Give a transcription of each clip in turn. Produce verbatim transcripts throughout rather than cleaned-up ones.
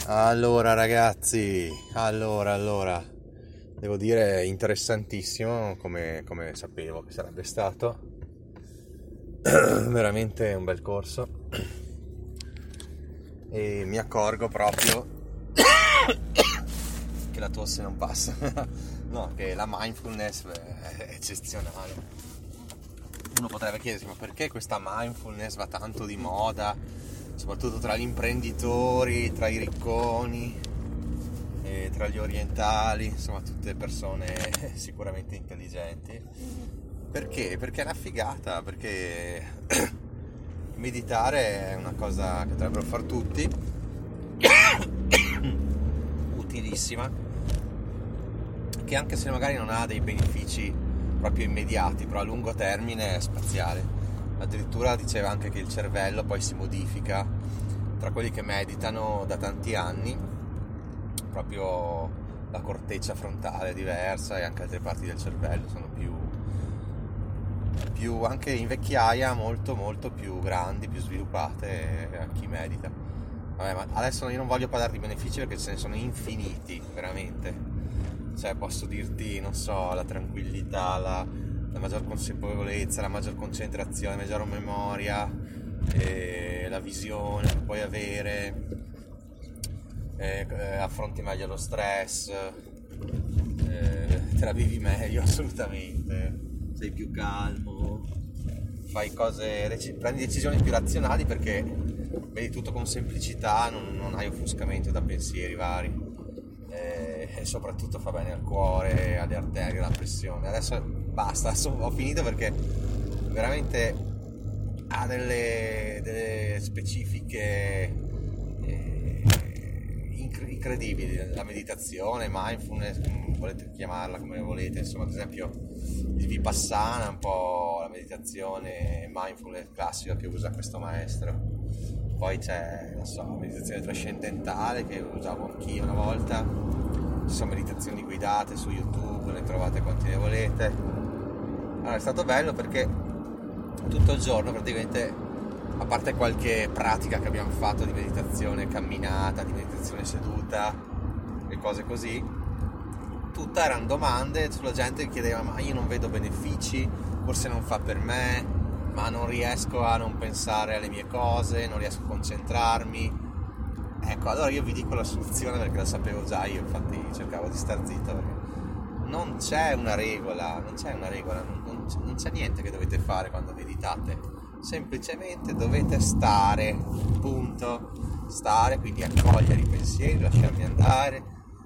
Allora ragazzi, allora, allora, devo dire interessantissimo come, come sapevo che sarebbe stato, veramente un bel corso e mi accorgo proprio che la tosse non passa, no, che la mindfulness è eccezionale. Uno potrebbe chiedersi ma perché questa mindfulness va tanto di moda? Soprattutto tra gli imprenditori, tra i ricconi, e tra gli orientali, insomma tutte persone sicuramente intelligenti. Perché? Perché è una figata, perché meditare è una cosa che dovrebbero fare tutti, utilissima, che anche se magari non ha dei benefici proprio immediati, però a lungo termine è spaziale. Addirittura diceva anche che il cervello poi si modifica tra quelli che meditano da tanti anni, proprio la corteccia frontale è diversa e anche altre parti del cervello sono più, più anche in vecchiaia molto molto più grandi, più sviluppate a chi medita. Vabbè, ma adesso io non voglio parlare di benefici perché ce ne sono infiniti, veramente. Cioè posso dirti, non so, la tranquillità, la la maggior consapevolezza, la maggior concentrazione, la maggior memoria, eh, la visione che puoi avere, eh, eh, affronti meglio lo stress, eh, te la vivi meglio assolutamente, sei più calmo, fai cose, prendi decisioni più razionali perché vedi tutto con semplicità, non, non hai offuscamento da pensieri vari. E soprattutto fa bene al cuore, alle arterie, alla pressione. Adesso basta, adesso ho finito perché veramente ha delle, delle specifiche eh, incredibili. La meditazione, mindfulness, come volete chiamarla, come volete, insomma, ad esempio il Vipassana è un po' la meditazione mindfulness classica che usa questo maestro. Poi c'è, non so, la meditazione trascendentale che usavo anch'io una volta. Ci sono meditazioni guidate su YouTube, ne trovate quante ne volete. Allora è stato bello perché tutto il giorno praticamente, a parte qualche pratica che abbiamo fatto di meditazione camminata, di meditazione seduta e cose così, tutte erano domande sulla gente che chiedeva ma io non vedo benefici, forse non fa per me, ma non riesco a non pensare alle mie cose, non riesco a concentrarmi. Ecco, allora io vi dico la soluzione perché la sapevo già io, infatti cercavo di star zitto perché non c'è una regola, non c'è una regola, non, non, c'è, non c'è niente che dovete fare quando meditate, semplicemente dovete stare, punto, stare, quindi accogliere i pensieri, lasciarli andare,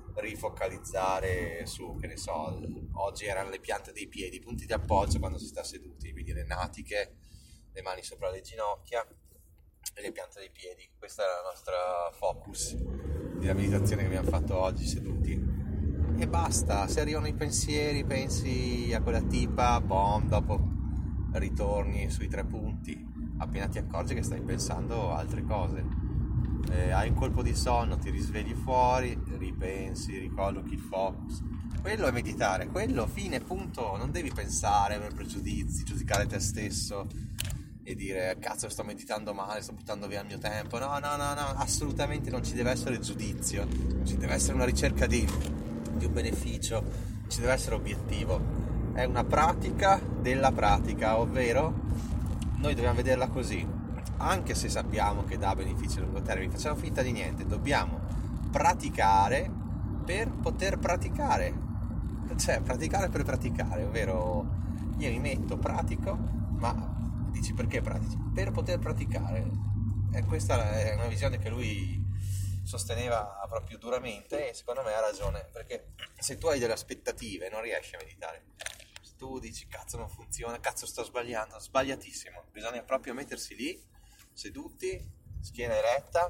rifocalizzare su, che ne so, oggi erano le piante dei piedi, i punti di appoggio quando si sta seduti, quindi le natiche, le mani sopra le ginocchia e le piante dei piedi. Questa è la nostra focus della meditazione che abbiamo fatto oggi seduti e basta. Se arrivano i pensieri pensi a quella tipa, boom, dopo ritorni sui tre punti, appena ti accorgi che stai pensando a altre cose, eh, hai un colpo di sonno, ti risvegli fuori, ripensi, ricollochi il focus. Quello è meditare, quello, fine, punto. Non devi pensare, avere pregiudizi, giudicare te stesso e dire cazzo sto meditando male, sto buttando via il mio tempo. No, no, no, no, assolutamente non ci deve essere giudizio, non ci deve essere una ricerca di, di un beneficio, ci deve essere obiettivo. È una pratica della pratica, ovvero noi dobbiamo vederla così, anche se sappiamo che dà benefici a lungo termine, facciamo finta di niente, dobbiamo praticare per poter praticare, cioè praticare per praticare, ovvero io mi metto, pratico, ma dici perché pratici? Per poter praticare. E questa è una visione che lui sosteneva proprio duramente e secondo me ha ragione, perché se tu hai delle aspettative non riesci a meditare. Se tu dici cazzo non funziona, cazzo sto sbagliando, sbagliatissimo. Bisogna proprio mettersi lì, seduti, schiena eretta,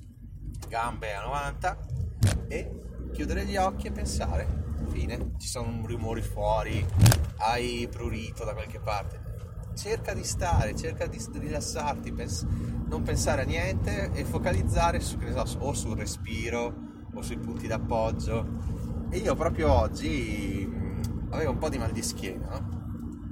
gambe a novanta e chiudere gli occhi e pensare. Fine. Ci sono rumori fuori, hai prurito da qualche parte. Cerca di stare, cerca di rilassarti, pens- non pensare a niente e focalizzare su, che ne so, o sul respiro o sui punti d'appoggio. E io proprio oggi mh, avevo un po' di mal di schiena, no?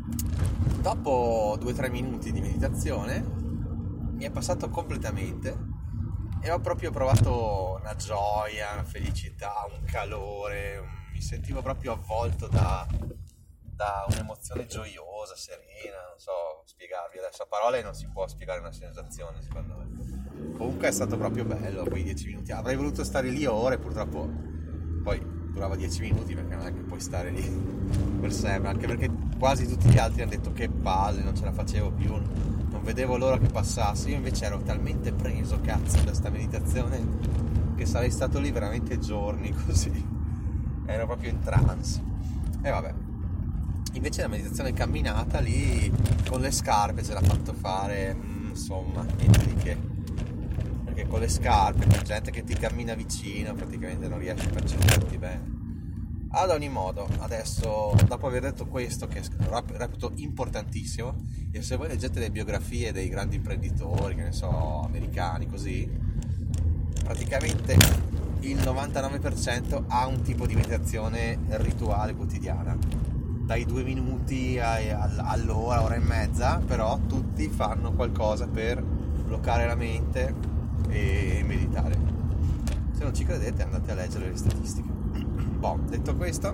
Dopo due o tre minuti di meditazione mi è passato completamente e ho proprio provato una gioia, una felicità, un calore, un... mi sentivo proprio avvolto da, da un'emozione gioiosa, serena, non so spiegarvi adesso, a parole non si può spiegare una sensazione secondo me. Comunque è stato proprio bello quei dieci minuti, avrei voluto stare lì ore, purtroppo poi durava dieci minuti perché non è che puoi stare lì per sempre, anche perché quasi tutti gli altri hanno detto che palle, non ce la facevo più, non vedevo l'ora che passasse. Io invece ero talmente preso, cazzo, da sta meditazione che sarei stato lì veramente giorni così, ero proprio in trance. E vabbè, invece la meditazione camminata lì con le scarpe ce l'ha fatto fare, insomma, niente di che, perché con le scarpe, con gente che ti cammina vicino, praticamente non riesci a percepirti bene. Ad ogni modo, adesso, dopo aver detto questo, che reputo importantissimo, e se voi leggete le biografie dei grandi imprenditori, che ne so, americani, così, praticamente il novantanove per cento ha un tipo di meditazione rituale quotidiana, dai due minuti all'ora, ora e mezza, però tutti fanno qualcosa per bloccare la mente e meditare. Se non ci credete, andate a leggere le statistiche. Boh, detto questo,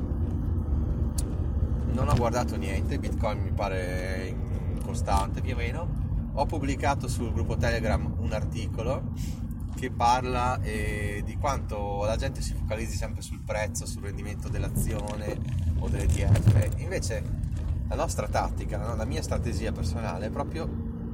non ho guardato niente, Bitcoin mi pare costante più o meno. Ho pubblicato sul gruppo Telegram un articolo che parla eh, di quanto la gente si focalizzi sempre sul prezzo, sul rendimento dell'azione o dell'E T F. Invece la nostra tattica, no? La mia strategia personale è proprio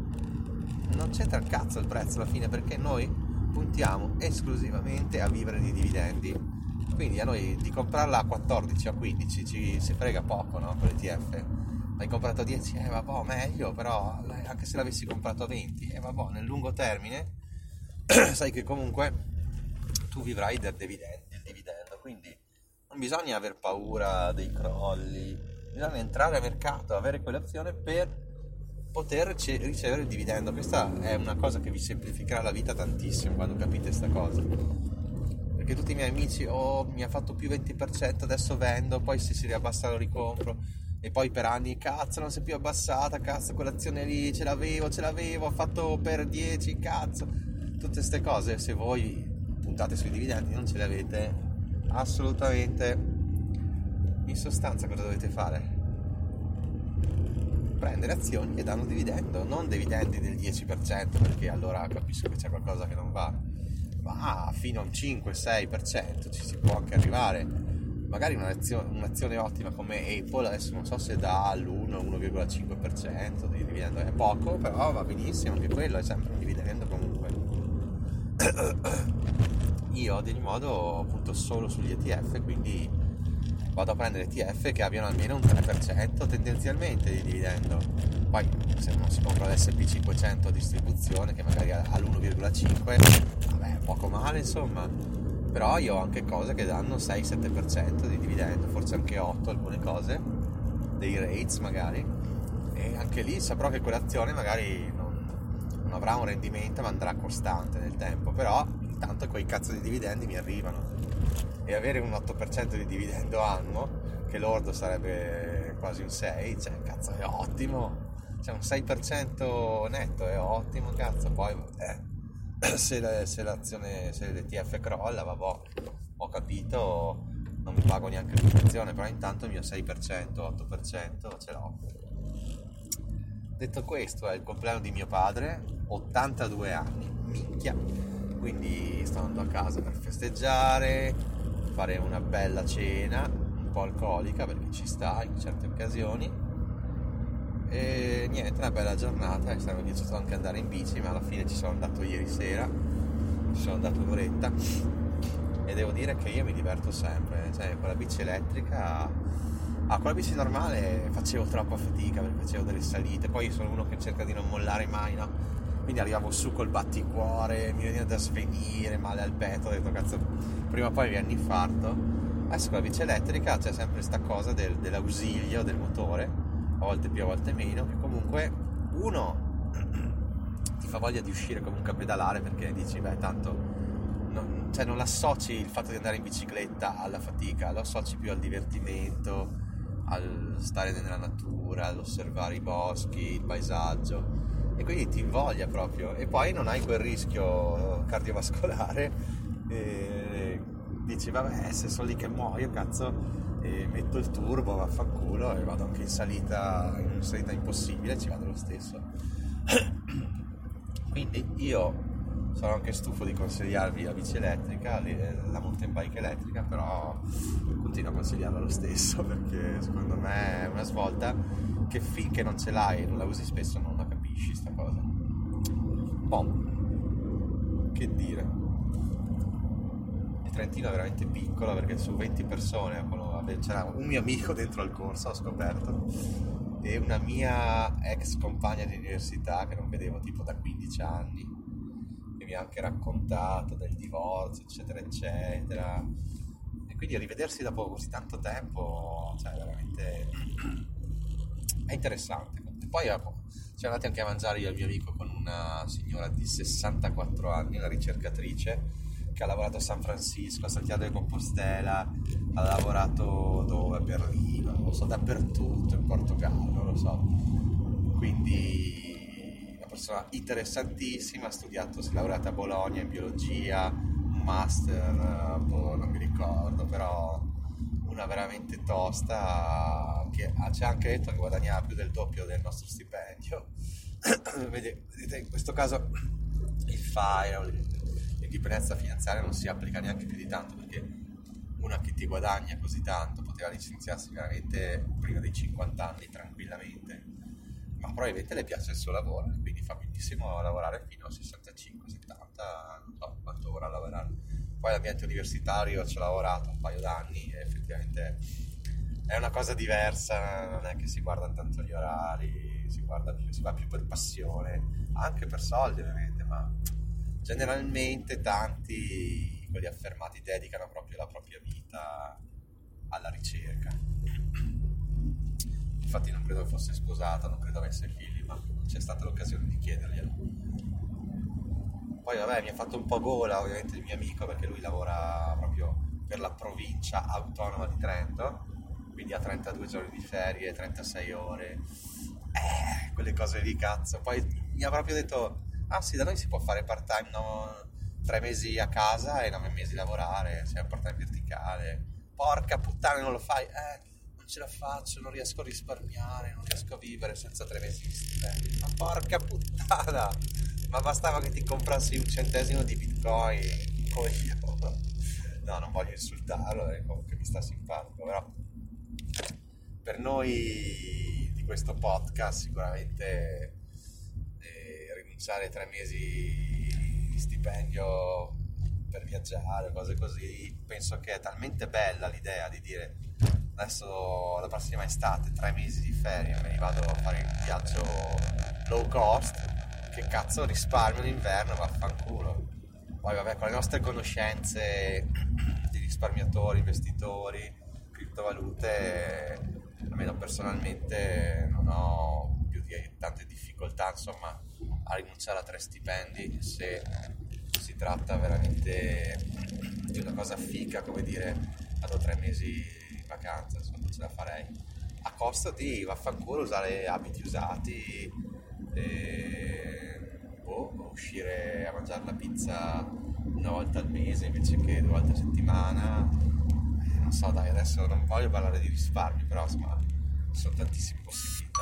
non c'entra il cazzo il prezzo alla fine, perché noi puntiamo esclusivamente a vivere di dividendi. Quindi a noi di comprarla a quattordici o a quindici ci si frega poco, no? Con l'E T F. L'hai comprato a dieci, eh vabbè, meglio, però anche se l'avessi comprato a venti, eh vabbè, nel lungo termine sai che comunque tu vivrai del dividendo, del dividendo, quindi non bisogna aver paura dei crolli, bisogna entrare a mercato, avere quell'opzione per poter ricevere il dividendo. Questa è una cosa che vi semplificherà la vita tantissimo quando capite sta cosa, perché tutti i miei amici oh mi ha fatto più venti per cento, adesso vendo, poi se si riabbassa lo ricompro, e poi per anni cazzo non si è più abbassata, cazzo quell'azione lì ce l'avevo, ce l'avevo, ho fatto per dieci, cazzo, tutte queste cose. Se voi puntate sui dividendi non ce le avete assolutamente, in sostanza cosa dovete fare? Prendere azioni che danno dividendo, non dividendi del dieci per cento, perché allora capisco che c'è qualcosa che non va, ma fino a un cinque sei per cento ci si può anche arrivare. Magari un'azione, un'azione ottima come Apple adesso non so se dà l'uno uno virgola cinque per cento di dividendo, è poco, però va benissimo, anche quello è sempre un dividendo comunque. Io ad ogni modo punto solo sugli E T F, quindi vado a prendere E T F che abbiano almeno un tre per cento tendenzialmente di dividendo. Poi se non si compra l'S and P cinquecento a distribuzione che magari ha l'uno virgola cinque, vabbè, poco male insomma. Però io ho anche cose che danno sei sette per cento di dividendo, forse anche otto alcune cose, dei rates magari, e anche lì saprò che quell'azione magari non, non avrà un rendimento ma andrà costante nel tempo, però intanto quei cazzo di dividendi mi arrivano, e avere un otto per cento di dividendo annuo, che lordo sarebbe quasi un sei, cioè cazzo è ottimo, cioè un sei per cento netto è ottimo, cazzo. Poi eh Se, la, se l'azione, se l'E T F crolla, vabbè, ho capito, non mi pago neanche l'inflazione, però intanto il mio sei per cento, otto per cento ce l'ho. Detto questo, è il compleanno di mio padre, ottantadue anni, minchia, quindi sto andando a casa per festeggiare, fare una bella cena, un po' alcolica perché ci sta in certe occasioni. E niente, una bella giornata, e sarebbe piaciuto anche andare in bici, ma alla fine ci sono andato ieri sera, ci sono andato un'oretta e devo dire che io mi diverto sempre, cioè con la bici elettrica, ah, con la bici normale facevo troppa fatica perché facevo delle salite, poi io sono uno che cerca di non mollare mai, no? Quindi arrivavo su col batticuore, mi veniva da svenire, male al petto, ho detto cazzo, prima o poi viene infarto. Adesso con la bici elettrica c'è sempre sta cosa del, dell'ausilio del motore, a volte più, a volte meno, che comunque uno ti fa voglia di uscire comunque a pedalare, perché dici beh tanto non, cioè non associ il fatto di andare in bicicletta alla fatica, lo associ più al divertimento, al stare nella natura, all'osservare i boschi, il paesaggio, e quindi ti invoglia proprio, e poi non hai quel rischio cardiovascolare e dici vabbè, se sono lì che muoio, cazzo, e metto il turbo, vaffanculo, e vado anche in salita, in una salita impossibile, ci vado lo stesso. Quindi io sono anche stufo di consigliarvi la bici elettrica, la mountain bike elettrica, però continuo a consigliarla lo stesso, perché secondo me è una svolta che finché non ce l'hai e non la usi spesso non la capisci sta cosa. Boh, che dire, il Trentino è veramente piccolo, perché su venti persone c'era un mio amico dentro al corso, ho scoperto, e una mia ex compagna di università che non vedevo tipo da quindici anni, che mi ha anche raccontato del divorzio, eccetera eccetera, e quindi rivedersi dopo così tanto tempo, cioè veramente è interessante. E poi siamo andati anche a mangiare io e il mio amico con una signora di sessantaquattro anni, una ricercatrice che ha lavorato a San Francisco, a Santiago de Compostela, ha lavorato dove? A Berlino, non lo so, dappertutto, in Portogallo, non lo so. Quindi una persona interessantissima, ha studiato, si è laureata a Bologna in biologia, un master, boh, non mi ricordo, però una veramente tosta, che ci ha anche detto che guadagnava più del doppio del nostro stipendio. Vedete, in questo caso il F A I, l'indipendenza finanziaria, non si applica neanche più di tanto, perché una che ti guadagna così tanto poteva licenziarsi veramente prima dei cinquanta anni tranquillamente, ma probabilmente le piace il suo lavoro, quindi fa benissimo lavorare fino a sessantacinque settanta, non so quanto vorrà lavorare. Poi l'ambiente universitario ci ho lavorato un paio d'anni e effettivamente è una cosa diversa, non è che si guardano tanto gli orari, si guarda più, si va più per passione, anche per soldi ovviamente, ma generalmente tanti, quelli affermati, dedicano proprio la propria vita alla ricerca. Infatti non credo fosse sposata, non credo avesse figli, ma non c'è stata l'occasione di chiederglielo. Poi vabbè, mi ha fatto un po' gola ovviamente il mio amico, perché lui lavora proprio per la provincia autonoma di Trento, quindi ha trentadue giorni di ferie, trentasei ore, eh, quelle cose lì, cazzo. Poi mi ha proprio detto: ah sì, da noi si può fare part time, no? Tre mesi a casa e nove mesi lavorare, cioè part time verticale. Porca puttana, non lo fai? Eh, non ce la faccio, non riesco a risparmiare, non riesco a vivere senza tre mesi di stipendio. Ma porca puttana! Ma bastava che ti comprassi un centesimo di bitcoin, coglione. No, non voglio insultarlo, eh, comunque mi sta simpatico, però per noi di questo podcast sicuramente rinunciare tre mesi di stipendio per viaggiare, cose così, penso che è talmente bella l'idea di dire adesso la prossima estate tre mesi di ferie me li vado a fare un viaggio low cost, che cazzo risparmio l'inverno, vaffanculo. Poi vabbè, con le nostre conoscenze di risparmiatori, investitori, criptovalute, almeno personalmente non ho più di tante difficoltà insomma a rinunciare a tre stipendi se si tratta veramente di una cosa fica, come dire vado tre mesi in vacanza, insomma ce la farei, a costo di vaffanculo usare abiti usati e boh, uscire a mangiare la pizza una volta al mese invece che due volte a settimana, eh, non so, dai, adesso non voglio parlare di risparmi, però insomma ci sono tantissime possibilità.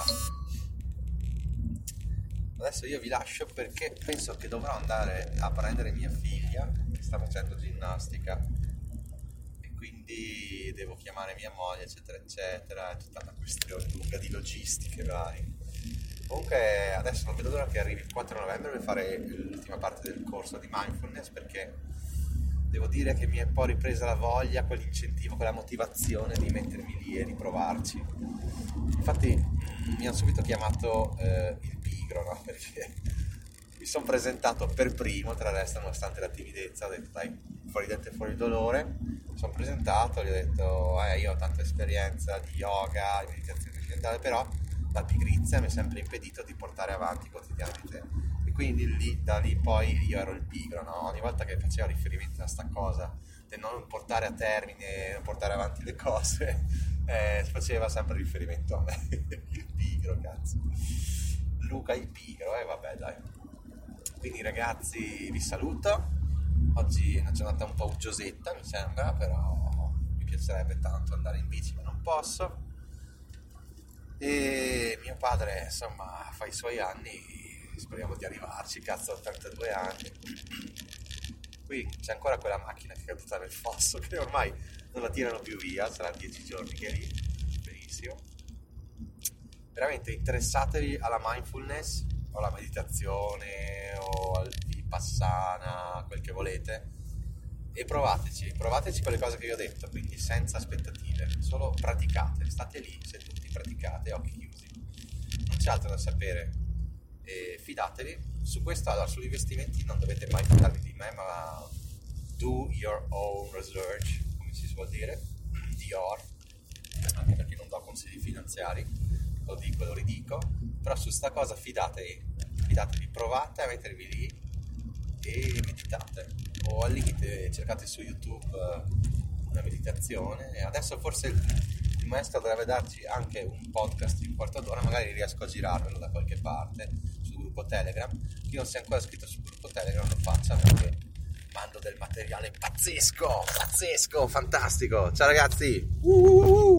Adesso io vi lascio perché penso che dovrò andare a prendere mia figlia che sta facendo ginnastica e quindi devo chiamare mia moglie eccetera eccetera, è tutta una questione lunga di logistiche varie. Comunque adesso non vedo l'ora che arrivi il quattro novembre per fare l'ultima parte del corso di mindfulness, perché devo dire che mi è un po' ripresa la voglia, quell'incentivo, quella motivazione di mettermi lì e di provarci. Infatti mi hanno subito chiamato eh, il pigro, no? Perché mi sono presentato per primo, tra l'altro nonostante la timidezza, ho detto dai, fuori dente fuori il dolore, mi sono presentato, gli ho detto eh, io ho tanta esperienza di yoga, di meditazione occidentale, però la pigrizia mi ha sempre impedito di portare avanti quotidianamente, e quindi lì, da lì poi io ero il pigro, no? Ogni volta che facevo riferimento a sta cosa del non portare a termine, non portare avanti le cose, eh, faceva sempre riferimento a me, il pigro, cazzo. Luca il Pigro, e eh, vabbè dai. Quindi ragazzi vi saluto, oggi è una giornata un po' uggiosetta mi sembra, però mi piacerebbe tanto andare in bici ma non posso, e mio padre insomma fa i suoi anni, speriamo di arrivarci, cazzo, ottantadue anni. Qui c'è ancora quella macchina che è caduta nel fosso, che ormai non la tirano più via, sarà dieci giorni che è lì, benissimo. Veramente interessatevi alla mindfulness o alla meditazione o al vipassana, quel che volete, e provateci, provateci con le cose che vi ho detto, quindi senza aspettative, solo praticate, state lì seduti, praticate, occhi chiusi, non c'è altro da sapere, e fidatevi. Su questo, allora, sugli investimenti non dovete mai fidarvi di me, ma do your own research, come si suol dire, D R, anche perché non do consigli finanziari, lo dico e lo ridico, però su sta cosa fidatevi, fidatevi, provate a mettervi lì e meditate, o al limite cercate su YouTube una meditazione, e adesso forse il, il maestro dovrebbe darci anche un podcast di un quarto d'ora, magari riesco a girarvelo da qualche parte sul gruppo Telegram. Chi non si è ancora iscritto sul gruppo Telegram lo faccia, perché mando del materiale pazzesco, pazzesco, fantastico. Ciao ragazzi! Uh-huh.